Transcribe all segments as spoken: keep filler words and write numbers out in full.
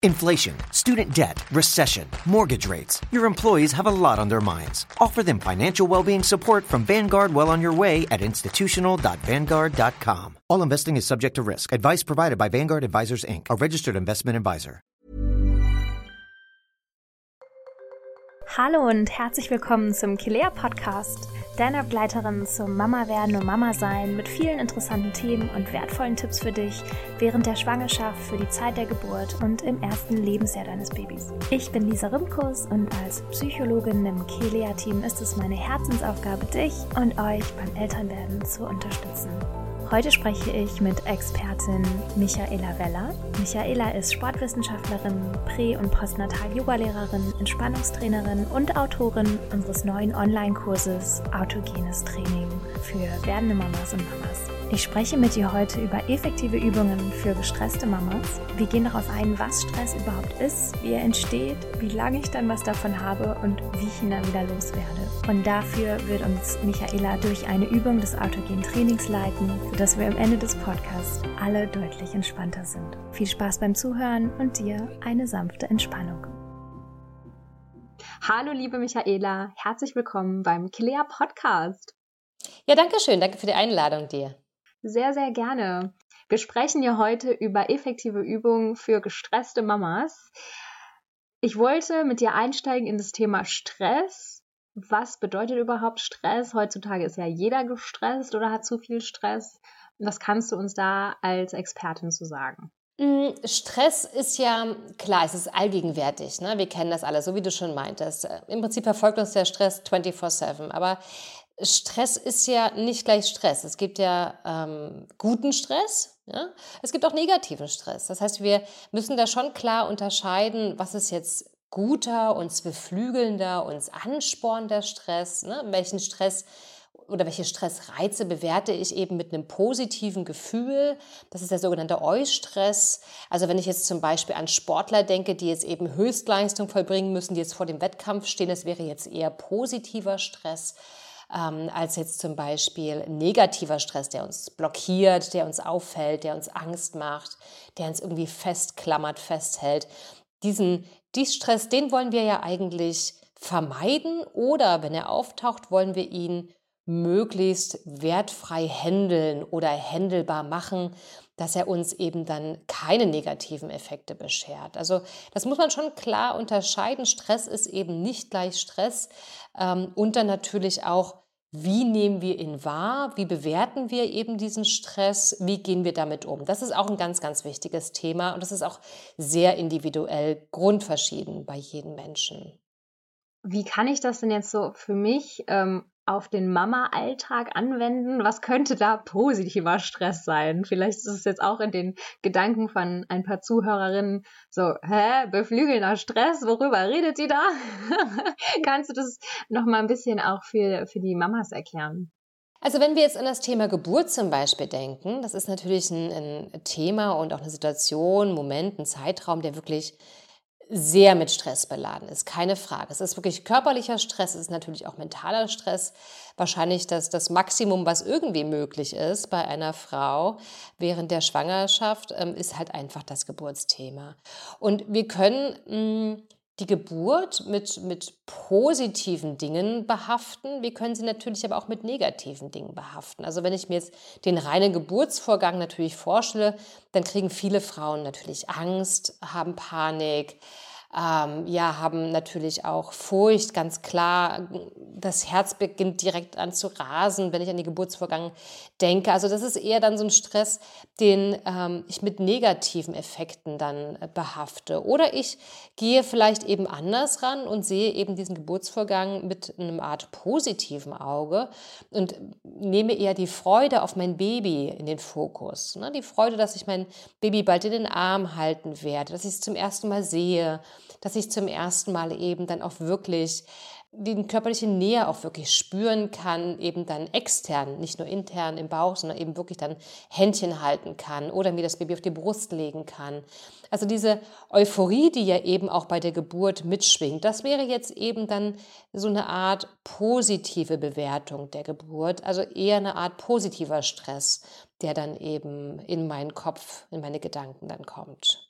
Inflation, student debt, recession, mortgage rates. Your employees have a lot on their minds. Offer them financial well-being support from Vanguard well on your way at institutional dot vanguard dot com. All investing is subject to risk. Advice provided by Vanguard Advisors, Incorporated, a registered investment advisor. Hallo und herzlich willkommen zum Kilea Podcast, deiner Begleiterin zum Mama-Werden und Mama-Sein mit vielen interessanten Themen und wertvollen Tipps für dich während der Schwangerschaft, für die Zeit der Geburt und im ersten Lebensjahr deines Babys. Ich bin Lisa Rimkus und als Psychologin im Kilea-Team ist es meine Herzensaufgabe, dich und euch beim Elternwerden zu unterstützen. Heute spreche ich mit Expertin Michaela Weller. Michaela ist Sportwissenschaftlerin, Prä- und Postnatal-Yoga-Lehrerin, Entspannungstrainerin und Autorin unseres neuen Online-Kurses Autogenes Training für werdende Mamas und Mamas. Ich spreche mit ihr heute über effektive Übungen für gestresste Mamas. Wir gehen darauf ein, was Stress überhaupt ist, wie er entsteht, wie lange ich dann was davon habe und wie ich ihn dann wieder loswerde. Und dafür wird uns Michaela durch eine Übung des autogenen Trainings leiten, sodass wir am Ende des Podcasts alle deutlich entspannter sind. Viel Spaß beim Zuhören und dir eine sanfte Entspannung. Hallo liebe Michaela, herzlich willkommen beim Kilea Podcast. Ja, danke schön, danke für die Einladung dir. Sehr, sehr gerne. Wir sprechen ja heute über effektive Übungen für gestresste Mamas. Ich wollte mit dir einsteigen in das Thema Stress. Was bedeutet überhaupt Stress? Heutzutage ist ja jeder gestresst oder hat zu viel Stress. Was kannst du uns da als Expertin zu sagen? Stress ist ja, klar, es ist allgegenwärtig. Ne? Wir kennen das alle, so wie du schon meintest. Im Prinzip verfolgt uns der Stress vierundzwanzig sieben. Aber Stress ist ja nicht gleich Stress. Es gibt ja ähm, guten Stress, ja? Es gibt auch negativen Stress. Das heißt, wir müssen da schon klar unterscheiden, was ist jetzt guter, uns beflügelnder, uns anspornender Stress, ne? Welchen Stress oder welche Stressreize bewerte ich eben mit einem positiven Gefühl. Das ist der sogenannte Eustress. Also wenn ich jetzt zum Beispiel an Sportler denke, die jetzt eben Höchstleistung vollbringen müssen, die jetzt vor dem Wettkampf stehen, das wäre jetzt eher positiver Stress. Ähm, als jetzt zum Beispiel negativer Stress, der uns blockiert, der uns auffällt, der uns Angst macht, der uns irgendwie festklammert, festhält. Diesen, diesen Stress, den wollen wir ja eigentlich vermeiden oder wenn er auftaucht, wollen wir ihn möglichst wertfrei handeln oder handelbar machen, dass er uns eben dann keine negativen Effekte beschert. Also das muss man schon klar unterscheiden. Stress ist eben nicht gleich Stress. Ähm, und dann natürlich auch, wie nehmen wir ihn wahr? Wie bewerten wir eben diesen Stress? Wie gehen wir damit um? Das ist auch ein ganz, ganz wichtiges Thema und das ist auch sehr individuell grundverschieden bei jedem Menschen. Wie kann ich das denn jetzt so für mich ähm, auf den Mama-Alltag anwenden? Was könnte da positiver Stress sein? Vielleicht ist es jetzt auch in den Gedanken von ein paar Zuhörerinnen so, hä, beflügelnder Stress, worüber redet die da? Kannst du das nochmal ein bisschen auch für, für die Mamas erklären? Also wenn wir jetzt an das Thema Geburt zum Beispiel denken, das ist natürlich ein, ein Thema und auch eine Situation, ein Moment, ein Zeitraum, der wirklich sehr mit Stress beladen ist, keine Frage. Es ist wirklich körperlicher Stress, es ist natürlich auch mentaler Stress. Wahrscheinlich das, das Maximum, was irgendwie möglich ist bei einer Frau während der Schwangerschaft, ähm, ist halt einfach das Geburtsthema. Und wir können mh, die Geburt mit, mit positiven Dingen behaften. Wir können sie natürlich aber auch mit negativen Dingen behaften. Also wenn ich mir jetzt den reinen Geburtsvorgang natürlich vorstelle, dann kriegen viele Frauen natürlich Angst, haben Panik, ähm, ja, haben natürlich auch Furcht, ganz klar. Das Herz beginnt direkt an zu rasen, wenn ich an den Geburtsvorgang denke. Also das ist eher dann so ein Stress, den ähm, ich mit negativen Effekten dann äh, behafte. Oder ich gehe vielleicht eben anders ran und sehe eben diesen Geburtsvorgang mit einem Art positiven Auge und nehme eher die Freude auf mein Baby in den Fokus. Ne? Die Freude, dass ich mein Baby bald in den Arm halten werde, dass ich es zum ersten Mal sehe, dass ich zum ersten Mal eben dann auch wirklich die körperliche Nähe auch wirklich spüren kann, eben dann extern, nicht nur intern im Bauch, sondern eben wirklich dann Händchen halten kann oder mir das Baby auf die Brust legen kann. Also diese Euphorie, die ja eben auch bei der Geburt mitschwingt, das wäre jetzt eben dann so eine Art positive Bewertung der Geburt, also eher eine Art positiver Stress, der dann eben in meinen Kopf, in meine Gedanken dann kommt.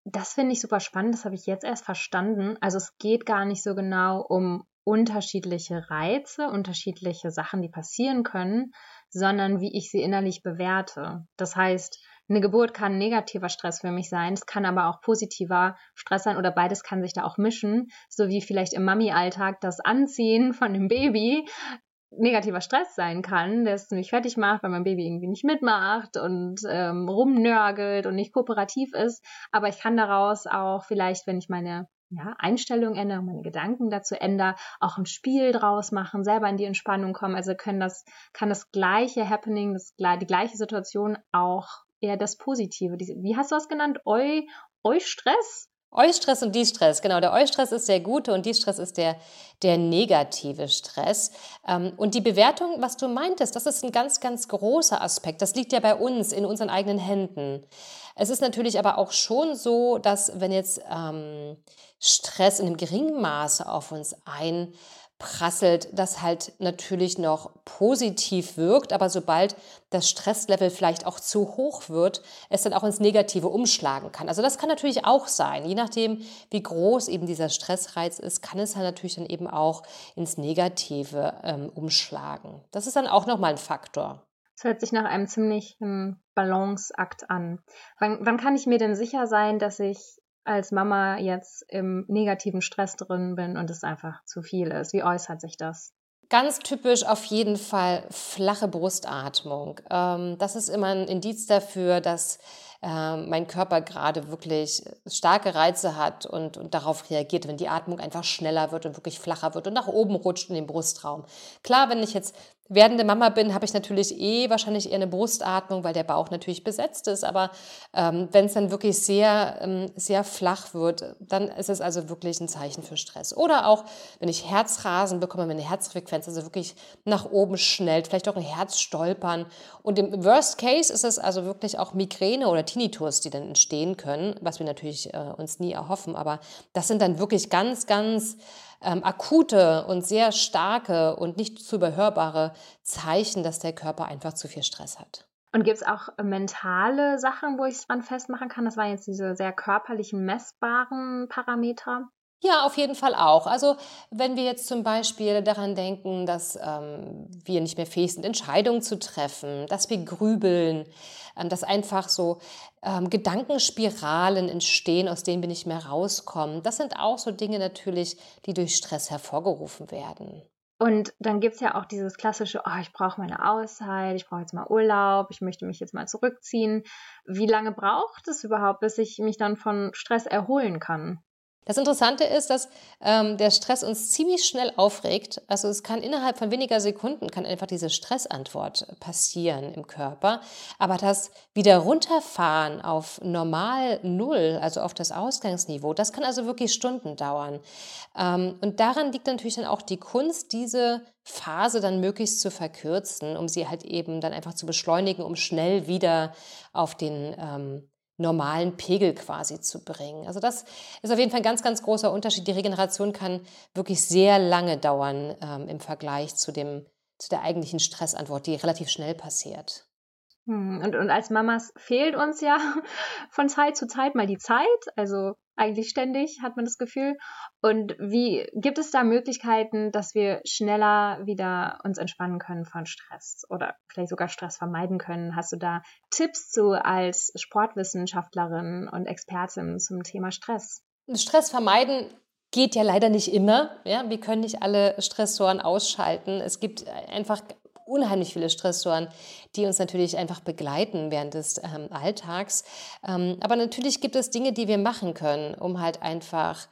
das finde ich super spannend, das habe ich jetzt erst verstanden. Also es geht gar nicht so genau um unterschiedliche Reize, unterschiedliche Sachen, die passieren können, sondern wie ich sie innerlich bewerte. Das heißt, eine Geburt kann negativer Stress für mich sein, es kann aber auch positiver Stress sein oder beides kann sich da auch mischen, so wie vielleicht im Mami-Alltag das Anziehen von dem Baby negativer Stress sein kann, der es ziemlich fertig macht, weil mein Baby irgendwie nicht mitmacht und ähm, rumnörgelt und nicht kooperativ ist. Aber ich kann daraus auch vielleicht, wenn ich meine ja, Einstellung ändere, meine Gedanken dazu ändere, auch ein Spiel draus machen, selber in die Entspannung kommen. Also können das, kann das gleiche Happening, das, die gleiche Situation auch eher das Positive. Die, wie hast du das genannt? Eu, Eustress? Eustress und Distress, genau. Der Eustress ist der gute und Distress ist der, der negative Stress. Und die Bewertung, was du meintest, das ist ein ganz, ganz großer Aspekt. Das liegt ja bei uns, in unseren eigenen Händen. Es ist natürlich aber auch schon so, dass wenn jetzt ähm, Stress in einem geringen Maße auf uns einprasselt, das halt natürlich noch positiv wirkt, aber sobald das Stresslevel vielleicht auch zu hoch wird, es dann auch ins Negative umschlagen kann. Also das kann natürlich auch sein. Je nachdem, wie groß eben dieser Stressreiz ist, kann es halt natürlich dann eben auch ins Negative ähm, umschlagen. Das ist dann auch nochmal ein Faktor. Das hört sich nach einem ziemlichen Balanceakt an. Wann, wann kann ich mir denn sicher sein, dass ich als Mama jetzt im negativen Stress drin bin und es einfach zu viel ist? Wie äußert sich das? Ganz typisch auf jeden Fall flache Brustatmung. Ähm, das ist immer ein Indiz dafür, dass äh, mein Körper gerade wirklich starke Reize hat und, und darauf reagiert, wenn die Atmung einfach schneller wird und wirklich flacher wird und nach oben rutscht in den Brustraum. Klar, wenn ich jetzt werdende Mama bin, habe ich natürlich eh wahrscheinlich eher eine Brustatmung, weil der Bauch natürlich besetzt ist. Aber ähm, wenn es dann wirklich sehr, ähm, sehr flach wird, dann ist es also wirklich ein Zeichen für Stress. Oder auch, wenn ich Herzrasen bekomme, meine Herzfrequenz also wirklich nach oben schnellt, vielleicht auch ein Herzstolpern. Und im Worst Case ist es also wirklich auch Migräne oder Tinnitus, die dann entstehen können, was wir natürlich äh, uns nie erhoffen. Aber das sind dann wirklich ganz, ganz Ähm, akute und sehr starke und nicht zu überhörbare Zeichen, dass der Körper einfach zu viel Stress hat. Und gibt es auch mentale Sachen, wo ich es dran festmachen kann? Das waren jetzt diese sehr körperlichen, messbaren Parameter. Ja, auf jeden Fall auch. Also wenn wir jetzt zum Beispiel daran denken, dass ähm, wir nicht mehr fähig sind, Entscheidungen zu treffen, dass wir grübeln, ähm, dass einfach so ähm, Gedankenspiralen entstehen, aus denen wir nicht mehr rauskommen. Das sind auch so Dinge natürlich, die durch Stress hervorgerufen werden. Und dann gibt es ja auch dieses klassische, oh, ich brauche meine Auszeit, ich brauche jetzt mal Urlaub, ich möchte mich jetzt mal zurückziehen. Wie lange braucht es überhaupt, bis ich mich dann von Stress erholen kann? Das Interessante ist, dass ähm, der Stress uns ziemlich schnell aufregt. Also es kann innerhalb von weniger Sekunden kann einfach diese Stressantwort passieren im Körper. Aber das wieder runterfahren auf normal Null, also auf das Ausgangsniveau, das kann also wirklich Stunden dauern. Ähm, und daran liegt natürlich dann auch die Kunst, diese Phase dann möglichst zu verkürzen, um sie halt eben dann einfach zu beschleunigen, um schnell wieder auf den ähm, normalen Pegel quasi zu bringen. Also das ist auf jeden Fall ein ganz, ganz großer Unterschied. Die Regeneration kann wirklich sehr lange dauern ähm, im Vergleich zu dem, zu der eigentlichen Stressantwort, die relativ schnell passiert. Hm, Und, und als Mamas fehlt uns ja von Zeit zu Zeit mal die Zeit, also eigentlich ständig hat man das Gefühl. Und wie gibt es da Möglichkeiten, dass wir schneller wieder uns entspannen können von Stress oder vielleicht sogar Stress vermeiden können? Hast du da Tipps zu als Sportwissenschaftlerin und Expertin zum Thema Stress? Stress vermeiden geht ja leider nicht immer. Ja? Wir können nicht alle Stressoren ausschalten. Es gibt einfach unheimlich viele Stressoren, die uns natürlich einfach begleiten während des ähm, Alltags. Ähm, aber natürlich gibt es Dinge, die wir machen können, um halt einfach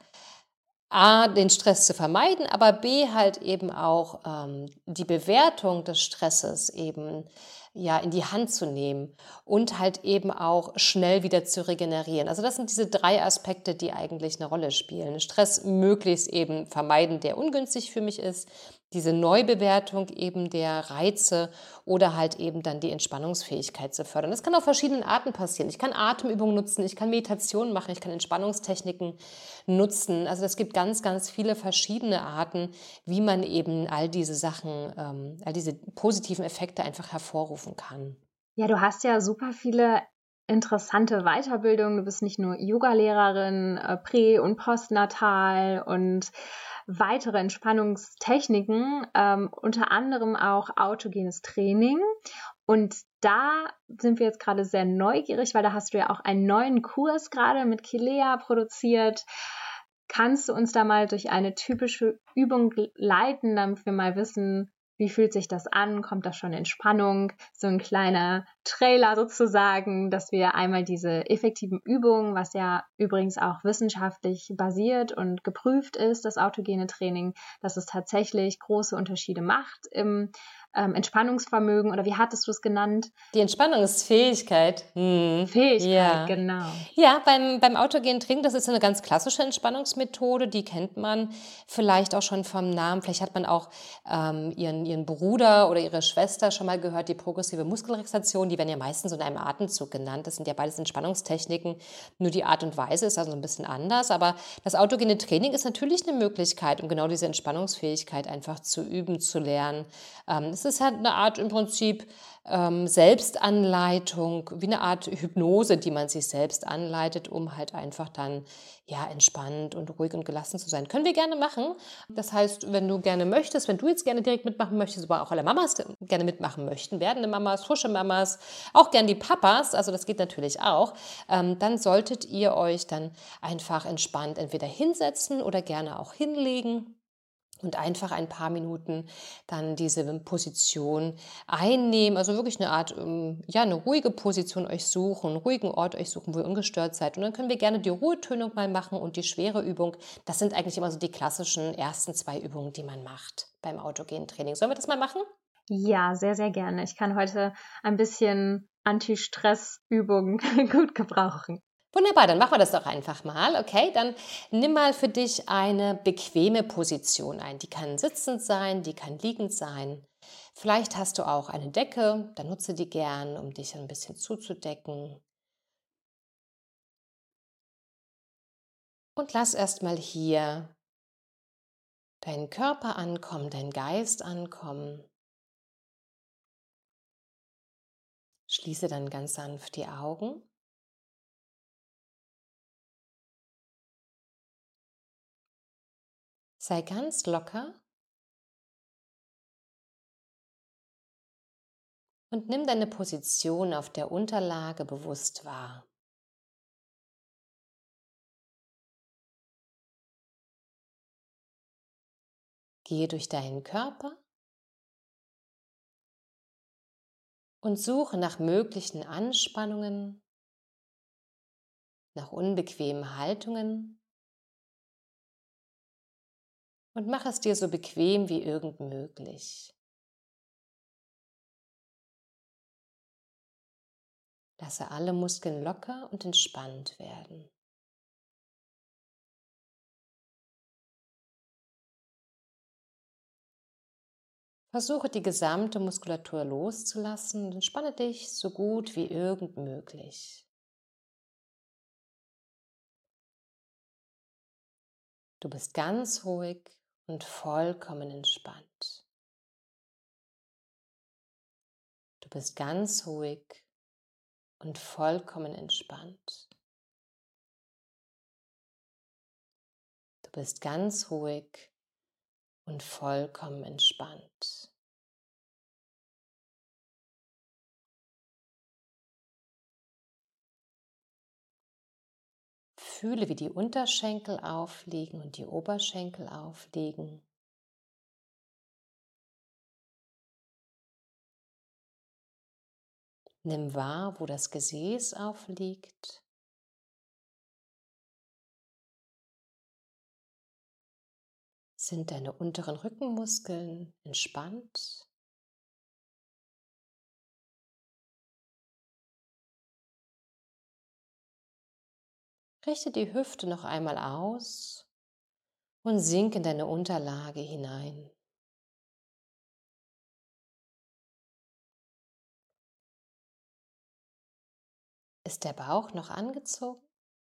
A, den Stress zu vermeiden, aber B, halt eben auch ähm, die Bewertung des Stresses eben ja, in die Hand zu nehmen und halt eben auch schnell wieder zu regenerieren. Also das sind diese drei Aspekte, die eigentlich eine Rolle spielen. Stress möglichst eben vermeiden, der ungünstig für mich ist, diese Neubewertung eben der Reize oder halt eben dann die Entspannungsfähigkeit zu fördern. Das kann auf verschiedenen Arten passieren. Ich kann Atemübungen nutzen, ich kann Meditation machen, ich kann Entspannungstechniken nutzen. Also es gibt ganz, ganz viele verschiedene Arten, wie man eben all diese Sachen, ähm, all diese positiven Effekte einfach hervorrufen kann. Ja, du hast ja super viele interessante Weiterbildung. Du bist nicht nur Yoga-Lehrerin, äh, Prä- und Postnatal und weitere Entspannungstechniken, ähm, unter anderem auch autogenes Training. Und da sind wir jetzt gerade sehr neugierig, weil da hast du ja auch einen neuen Kurs gerade mit Kilea produziert. Kannst du uns da mal durch eine typische Übung leiten, damit wir mal wissen, wie fühlt sich das an? Kommt da schon Entspannung? So ein kleiner Trailer sozusagen, dass wir einmal diese effektiven Übungen, was ja übrigens auch wissenschaftlich basiert und geprüft ist, das autogene Training, dass es tatsächlich große Unterschiede macht im ähm, Entspannungsvermögen, oder wie hattest du es genannt? Die Entspannungsfähigkeit. Hm. Fähigkeit, Ja. genau. Ja, beim, beim autogenen Training, das ist eine ganz klassische Entspannungsmethode, die kennt man vielleicht auch schon vom Namen. Vielleicht hat man auch ähm, ihren, ihren Bruder oder ihre Schwester schon mal gehört, die progressive Muskelrelaxation. Die werden ja meistens so in einem Atemzug genannt. Das sind ja beides Entspannungstechniken, nur die Art und Weise ist also ein bisschen anders. Aber das autogene Training ist natürlich eine Möglichkeit, um genau diese Entspannungsfähigkeit einfach zu üben, zu lernen. Ähm, es ist halt eine Art im Prinzip ähm, Selbstanleitung, wie eine Art Hypnose, die man sich selbst anleitet, um halt einfach dann ja entspannt und ruhig und gelassen zu sein. Können wir gerne machen. Das heißt, wenn du gerne möchtest, wenn du jetzt gerne direkt mitmachen möchtest, aber auch alle Mamas gerne mitmachen möchten, werdende Mamas, frische Mamas, auch gerne die Papas, also das geht natürlich auch, ähm, dann solltet ihr euch dann einfach entspannt entweder hinsetzen oder gerne auch hinlegen und einfach ein paar Minuten dann diese Position einnehmen. Also wirklich eine Art, ähm, ja, eine ruhige Position euch suchen, einen ruhigen Ort euch suchen, wo ihr ungestört seid. Und dann können wir gerne die Ruhetönung mal machen und die schwere Übung. Das sind eigentlich immer so die klassischen ersten zwei Übungen, die man macht beim autogenen Training. Sollen wir das mal machen? Ja, sehr, sehr gerne. Ich kann heute ein bisschen Anti-Stress-Übungen gut gebrauchen. Wunderbar, dann machen wir das doch einfach mal. Okay, dann nimm mal für dich eine bequeme Position ein. Die kann sitzend sein, die kann liegend sein. Vielleicht hast du auch eine Decke, dann nutze die gern, um dich ein bisschen zuzudecken. Und lass erstmal hier deinen Körper ankommen, deinen Geist ankommen. Schließe dann ganz sanft die Augen. Sei ganz locker und nimm deine Position auf der Unterlage bewusst wahr. Gehe durch deinen Körper und suche nach möglichen Anspannungen, nach unbequemen Haltungen und mach es dir so bequem wie irgend möglich. Lasse alle Muskeln locker und entspannt werden. Versuche die gesamte Muskulatur loszulassen und entspanne dich so gut wie irgend möglich. Du bist ganz ruhig und vollkommen entspannt. Du bist ganz ruhig und vollkommen entspannt. Du bist ganz ruhig und vollkommen entspannt. Fühle, wie die Unterschenkel aufliegen und die Oberschenkel aufliegen. Nimm wahr, wo das Gesäß aufliegt. Sind deine unteren Rückenmuskeln entspannt? Richte die Hüfte noch einmal aus und sink in deine Unterlage hinein. Ist der Bauch noch angezogen?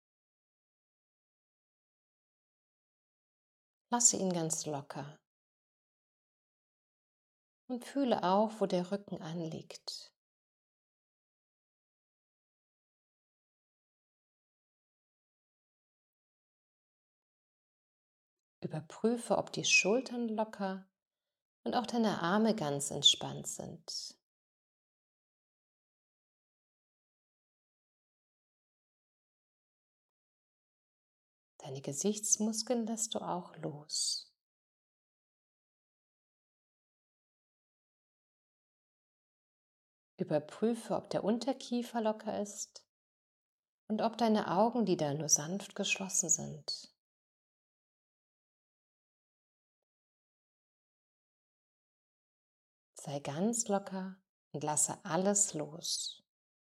Lasse ihn ganz locker und fühle auch, wo der Rücken anliegt. Überprüfe, ob die Schultern locker und auch deine Arme ganz entspannt sind. Deine Gesichtsmuskeln lässt du auch los. Überprüfe, ob der Unterkiefer locker ist und ob deine Augenlider nur sanft geschlossen sind. Sei ganz locker und lasse alles los.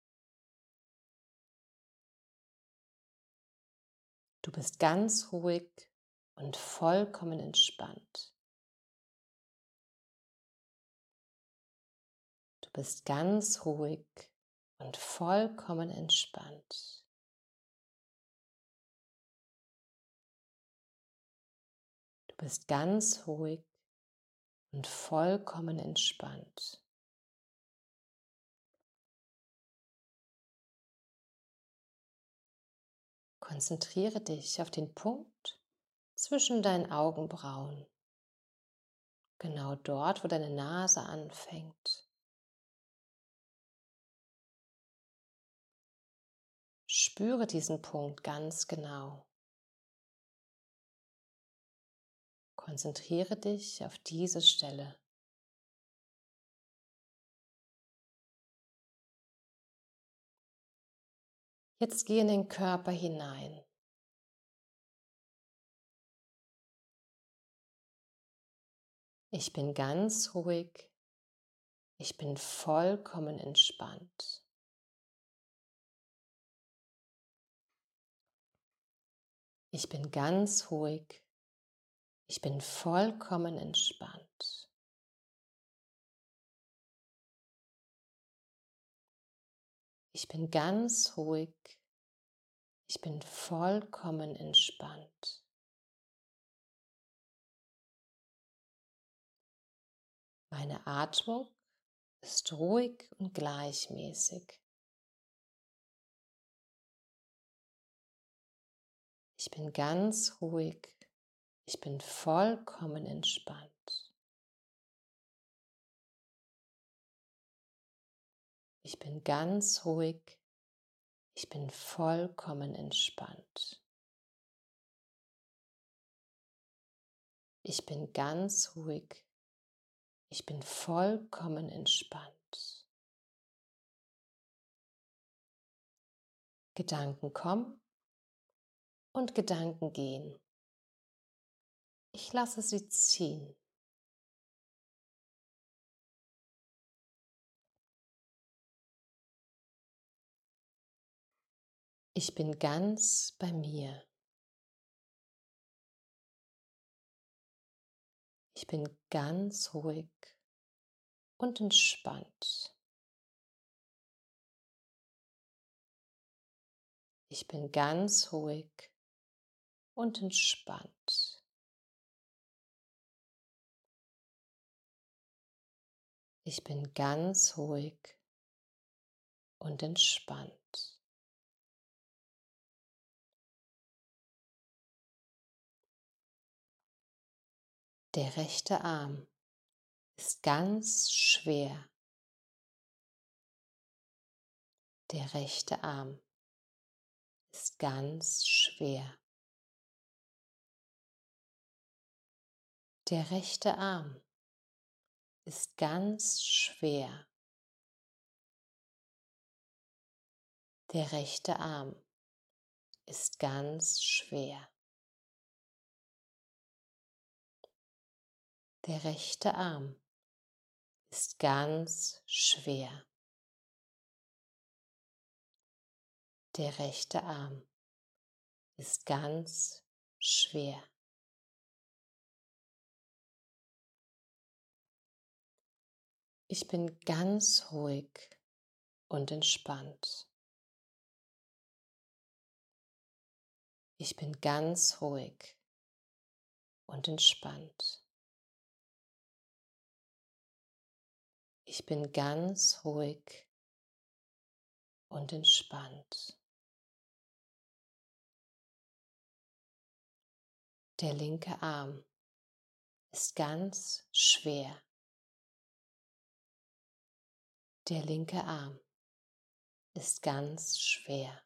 Du bist ganz ruhig und vollkommen entspannt. Du bist ganz ruhig und vollkommen entspannt. Du bist ganz ruhig und vollkommen entspannt. Konzentriere dich auf den Punkt zwischen deinen Augenbrauen, genau dort, wo deine Nase anfängt. Spüre diesen Punkt ganz genau. Konzentriere dich auf diese Stelle. Jetzt geh in den Körper hinein. Ich bin ganz ruhig. Ich bin vollkommen entspannt. Ich bin ganz ruhig. Ich bin vollkommen entspannt. Ich bin ganz ruhig. Ich bin vollkommen entspannt. Meine Atmung ist ruhig und gleichmäßig. Ich bin ganz ruhig. Ich bin vollkommen entspannt. Ich bin ganz ruhig. Ich bin vollkommen entspannt. Ich bin ganz ruhig. Ich bin vollkommen entspannt. Gedanken kommen und Gedanken gehen. Ich lasse sie ziehen. Ich bin ganz bei mir. Ich bin ganz ruhig und entspannt. Ich bin ganz ruhig und entspannt. Ich bin ganz ruhig und entspannt. Der rechte Arm ist ganz schwer. Der rechte Arm ist ganz schwer. Der rechte Arm ist ganz schwer. Der rechte Arm ist ganz schwer. Der rechte Arm ist ganz schwer. Der rechte Arm ist ganz schwer. Ich bin ganz ruhig und entspannt. Ich bin ganz ruhig und entspannt. Ich bin ganz ruhig und entspannt. Der linke Arm ist ganz schwer. Der linke Arm ist ganz schwer.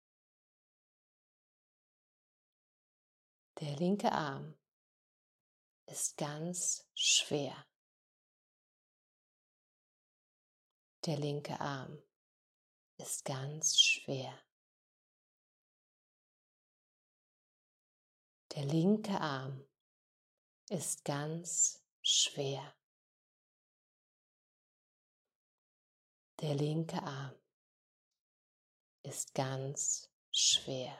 Der linke Arm ist ganz schwer. Der linke Arm ist ganz schwer. Der linke Arm ist ganz schwer. Der linke Arm ist ganz schwer.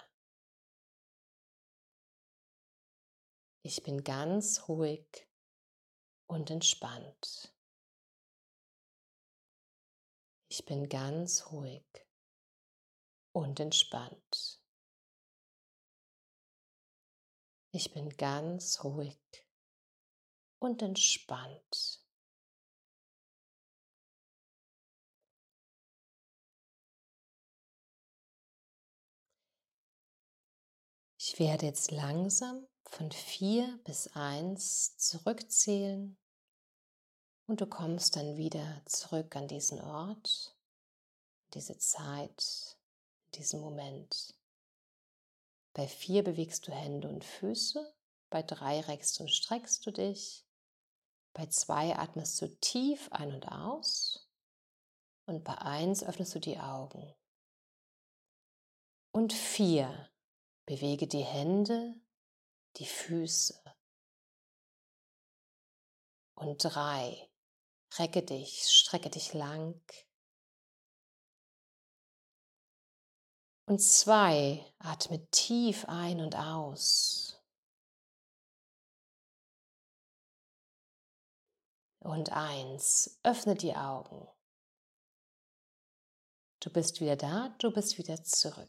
Ich bin ganz ruhig und entspannt. Ich bin ganz ruhig und entspannt. Ich bin ganz ruhig und entspannt. Ich werde jetzt langsam von vier bis eins zurückzählen und du kommst dann wieder zurück an diesen Ort, diese Zeit, diesen Moment. Bei vier bewegst du Hände und Füße, bei drei reckst und streckst du dich, bei zwei atmest du tief ein und aus und bei eins öffnest du die Augen. Und vier, bewege die Hände, die Füße. Und drei, recke dich, strecke dich lang. Und zwei, atme tief ein und aus. Und eins, öffne die Augen. Du bist wieder da, du bist wieder zurück.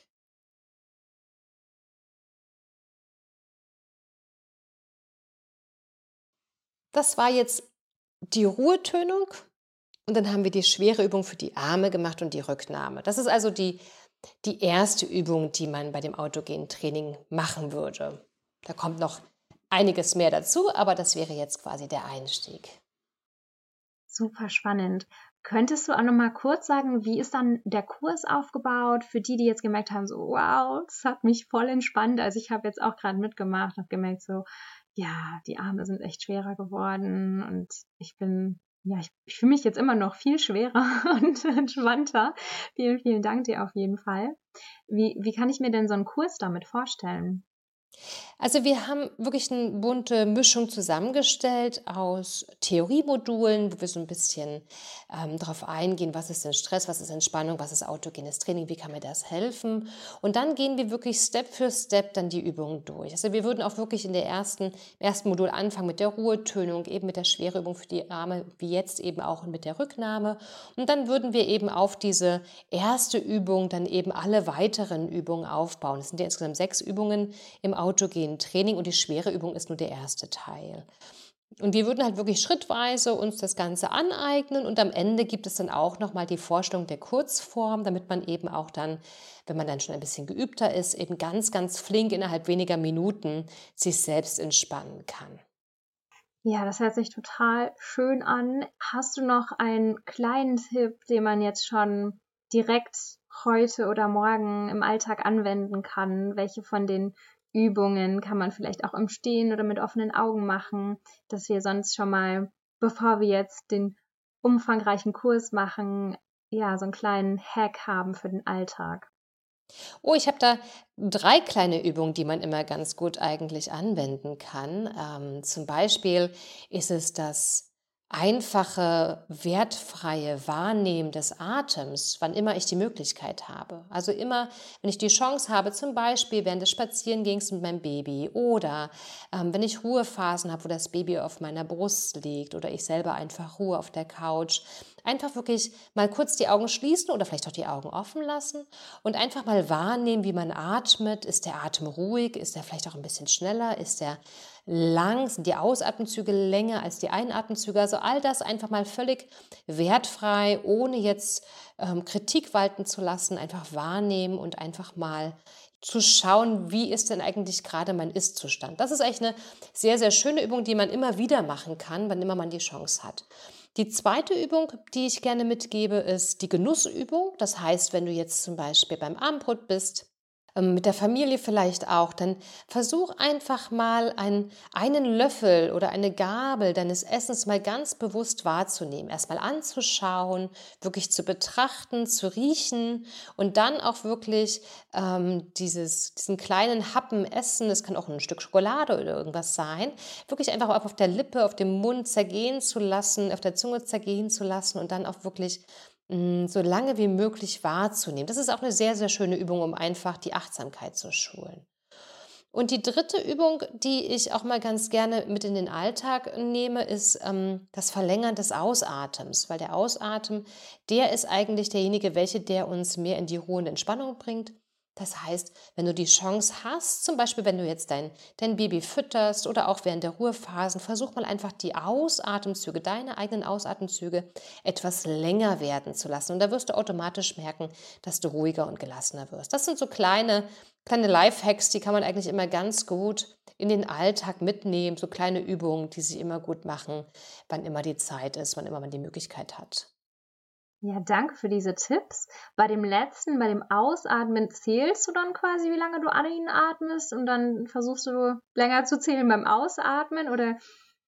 Das war jetzt die Ruhetönung und dann haben wir die schwere Übung für die Arme gemacht und die Rücknahme. Das ist also die, die erste Übung, die man bei dem autogenen Training machen würde. Da kommt noch einiges mehr dazu, aber das wäre jetzt quasi der Einstieg. Super spannend. Könntest du auch noch mal kurz sagen, wie ist dann der Kurs aufgebaut für die, die jetzt gemerkt haben, so wow, das hat mich voll entspannt. Also ich habe jetzt auch gerade mitgemacht, habe gemerkt so, ja, die Arme sind echt schwerer geworden und ich bin, ja, ich, ich fühle mich jetzt immer noch viel schwerer und entspannter. Vielen, vielen Dank dir auf jeden Fall. Wie, wie kann ich mir denn so einen Kurs damit vorstellen? Also wir haben wirklich eine bunte Mischung zusammengestellt aus Theoriemodulen, wo wir so ein bisschen ähm, darauf eingehen, was ist denn Stress, was ist Entspannung, was ist autogenes Training, wie kann mir das helfen. Und dann gehen wir wirklich Step für Step dann die Übungen durch. Also wir würden auch wirklich in der ersten, im ersten Modul anfangen mit der Ruhetönung, eben mit der Schwereübung für die Arme, wie jetzt eben auch mit der Rücknahme. Und dann würden wir eben auf diese erste Übung dann eben alle weiteren Übungen aufbauen. Es sind ja insgesamt sechs Übungen im autogenen Training und die schwere Übung ist nur der erste Teil. Und wir würden halt wirklich schrittweise uns das Ganze aneignen und am Ende gibt es dann auch nochmal die Vorstellung der Kurzform, damit man eben auch dann, wenn man dann schon ein bisschen geübter ist, eben ganz, ganz flink innerhalb weniger Minuten sich selbst entspannen kann. Ja, das hört sich total schön an. Hast du noch einen kleinen Tipp, den man jetzt schon direkt heute oder morgen im Alltag anwenden kann? Welche von den Übungen kann man vielleicht auch im Stehen oder mit offenen Augen machen, dass wir sonst schon mal, bevor wir jetzt den umfangreichen Kurs machen, ja, so einen kleinen Hack haben für den Alltag? Oh, ich habe da drei kleine Übungen, die man immer ganz gut eigentlich anwenden kann. Ähm, zum Beispiel ist es das einfache, wertfreie Wahrnehmen des Atems, wann immer ich die Möglichkeit habe. Also immer, wenn ich die Chance habe, zum Beispiel während des Spazierengehens mit meinem Baby oder ähm, wenn ich Ruhephasen habe, wo das Baby auf meiner Brust liegt oder ich selber einfach Ruhe auf der Couch, einfach wirklich mal kurz die Augen schließen oder vielleicht auch die Augen offen lassen und einfach mal wahrnehmen, wie man atmet. Ist der Atem ruhig? Ist er vielleicht auch ein bisschen schneller? Ist er lang? Sind die Ausatemzüge länger als die Einatemzüge? Also all das einfach mal völlig wertfrei, ohne jetzt ähm, Kritik walten zu lassen, einfach wahrnehmen und einfach mal zu schauen, wie ist denn eigentlich gerade mein Ist-Zustand. Das ist eigentlich eine sehr, sehr schöne Übung, die man immer wieder machen kann, wann immer man die Chance hat. Die zweite Übung, die ich gerne mitgebe, ist die Genussübung. Das heißt, wenn du jetzt zum Beispiel beim Abendbrot bist, mit der Familie vielleicht auch, dann versuch einfach mal einen, einen Löffel oder eine Gabel deines Essens mal ganz bewusst wahrzunehmen. Erstmal anzuschauen, wirklich zu betrachten, zu riechen und dann auch wirklich ähm, dieses, diesen kleinen Happen essen, das kann auch ein Stück Schokolade oder irgendwas sein, wirklich einfach auf der Lippe, auf dem Mund zergehen zu lassen, auf der Zunge zergehen zu lassen und dann auch wirklich so lange wie möglich wahrzunehmen. Das ist auch eine sehr, sehr schöne Übung, um einfach die Achtsamkeit zu schulen. Und die dritte Übung, die ich auch mal ganz gerne mit in den Alltag nehme, ist ähm, das Verlängern des Ausatems, weil der Ausatmen, der ist eigentlich derjenige, welche der uns mehr in die Ruhe und Entspannung bringt. Das heißt, wenn du die Chance hast, zum Beispiel wenn du jetzt dein, dein Baby fütterst oder auch während der Ruhephasen, versuch mal einfach die Ausatemzüge, deine eigenen Ausatemzüge etwas länger werden zu lassen. Und da wirst du automatisch merken, dass du ruhiger und gelassener wirst. Das sind so kleine, kleine Lifehacks, die kann man eigentlich immer ganz gut in den Alltag mitnehmen. So kleine Übungen, die sich immer gut machen, wann immer die Zeit ist, wann immer man die Möglichkeit hat. Ja, danke für diese Tipps. Bei dem letzten, bei dem Ausatmen, zählst du dann quasi, wie lange du einatmest und dann versuchst du länger zu zählen beim Ausatmen oder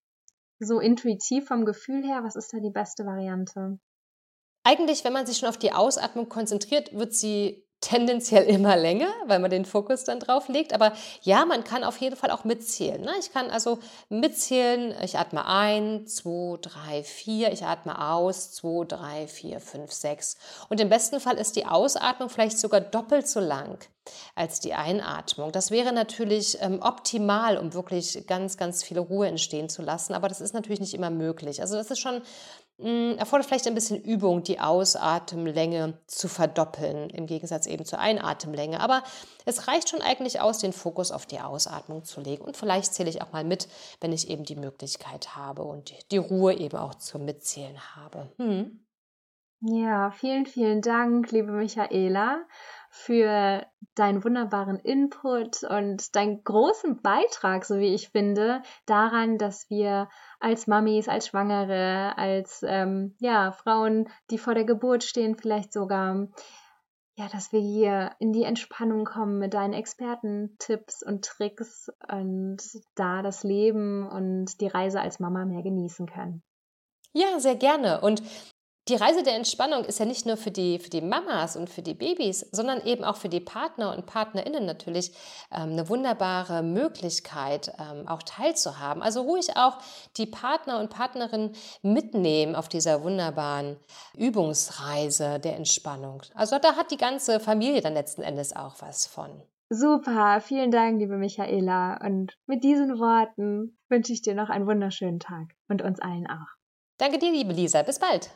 so intuitiv vom Gefühl her? Was ist da die beste Variante? Eigentlich, wenn man sich schon auf die Ausatmung konzentriert, wird sie tendenziell immer länger, weil man den Fokus dann drauf legt. Aber ja, man kann auf jeden Fall auch mitzählen. Ne? Ich kann also mitzählen, ich atme ein, zwei, drei, vier, ich atme aus, zwei, drei, vier, fünf, sechs. Und im besten Fall ist die Ausatmung vielleicht sogar doppelt so lang als die Einatmung. Das wäre natürlich ähm, optimal, um wirklich ganz, ganz viel Ruhe entstehen zu lassen. Aber das ist natürlich nicht immer möglich. Also das ist schon erfordert vielleicht ein bisschen Übung, die Ausatemlänge zu verdoppeln, im Gegensatz eben zur Einatemlänge. Aber es reicht schon eigentlich aus, den Fokus auf die Ausatmung zu legen. Und vielleicht zähle ich auch mal mit, wenn ich eben die Möglichkeit habe und die Ruhe eben auch zum Mitzählen habe. Hm. Ja, vielen, vielen Dank, liebe Michaela, für deinen wunderbaren Input und deinen großen Beitrag, so wie ich finde, daran, dass wir als Mamis, als Schwangere, als ähm, ja, Frauen, die vor der Geburt stehen, vielleicht sogar, ja, dass wir hier in die Entspannung kommen mit deinen Expertentipps und Tricks und da das Leben und die Reise als Mama mehr genießen können. Ja, sehr gerne. Und die Reise der Entspannung ist ja nicht nur für die, für die Mamas und für die Babys, sondern eben auch für die Partner und PartnerInnen natürlich ähm, eine wunderbare Möglichkeit, ähm, auch teilzuhaben. Also ruhig auch die Partner und Partnerinnen mitnehmen auf dieser wunderbaren Übungsreise der Entspannung. Also da hat die ganze Familie dann letzten Endes auch was von. Super, vielen Dank, liebe Michaela. Und mit diesen Worten wünsche ich dir noch einen wunderschönen Tag und uns allen auch. Danke dir, liebe Lisa. Bis bald.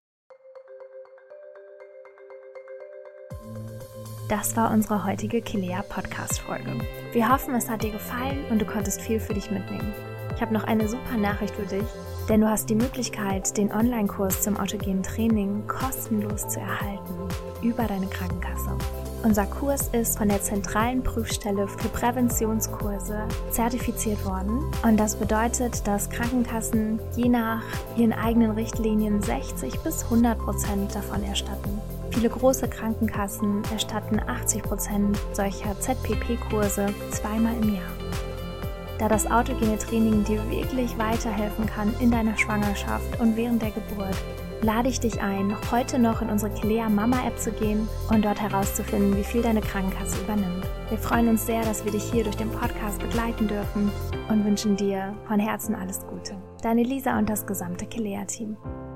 Das war unsere heutige Kilea-Podcast-Folge. Wir hoffen, es hat dir gefallen und du konntest viel für dich mitnehmen. Ich habe noch eine super Nachricht für dich, denn du hast die Möglichkeit, den Online-Kurs zum autogenen Training kostenlos zu erhalten über deine Krankenkasse. Unser Kurs ist von der Zentralen Prüfstelle für Präventionskurse zertifiziert worden und das bedeutet, dass Krankenkassen je nach ihren eigenen Richtlinien sechzig bis hundert Prozent davon erstatten. Viele große Krankenkassen erstatten achtzig Prozent solcher Z P P-Kurse zweimal im Jahr. Da das autogene Training dir wirklich weiterhelfen kann in deiner Schwangerschaft und während der Geburt, lade ich dich ein, heute noch in unsere Kilea Mama App zu gehen und dort herauszufinden, wie viel deine Krankenkasse übernimmt. Wir freuen uns sehr, dass wir dich hier durch den Podcast begleiten dürfen und wünschen dir von Herzen alles Gute. Deine Lisa und das gesamte Kilea-Team.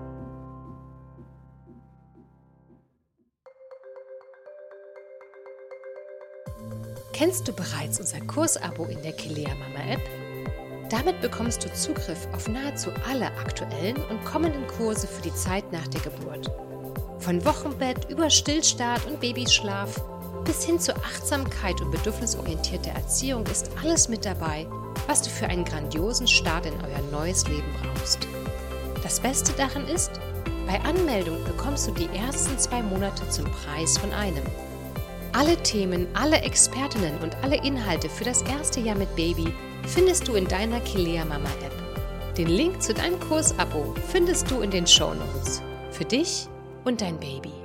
Kennst du bereits unser Kursabo in der Kilea Mama App? Damit bekommst du Zugriff auf nahezu alle aktuellen und kommenden Kurse für die Zeit nach der Geburt. Von Wochenbett über Stillstart und Babyschlaf bis hin zur Achtsamkeit und bedürfnisorientierter Erziehung ist alles mit dabei, was du für einen grandiosen Start in euer neues Leben brauchst. Das Beste daran ist, bei Anmeldung bekommst du die ersten zwei Monate zum Preis von einem. Alle Themen, alle Expertinnen und alle Inhalte für das erste Jahr mit Baby findest du in deiner Kilea Mama App. Den Link zu deinem Kursabo findest du in den Shownotes. Für dich und dein Baby.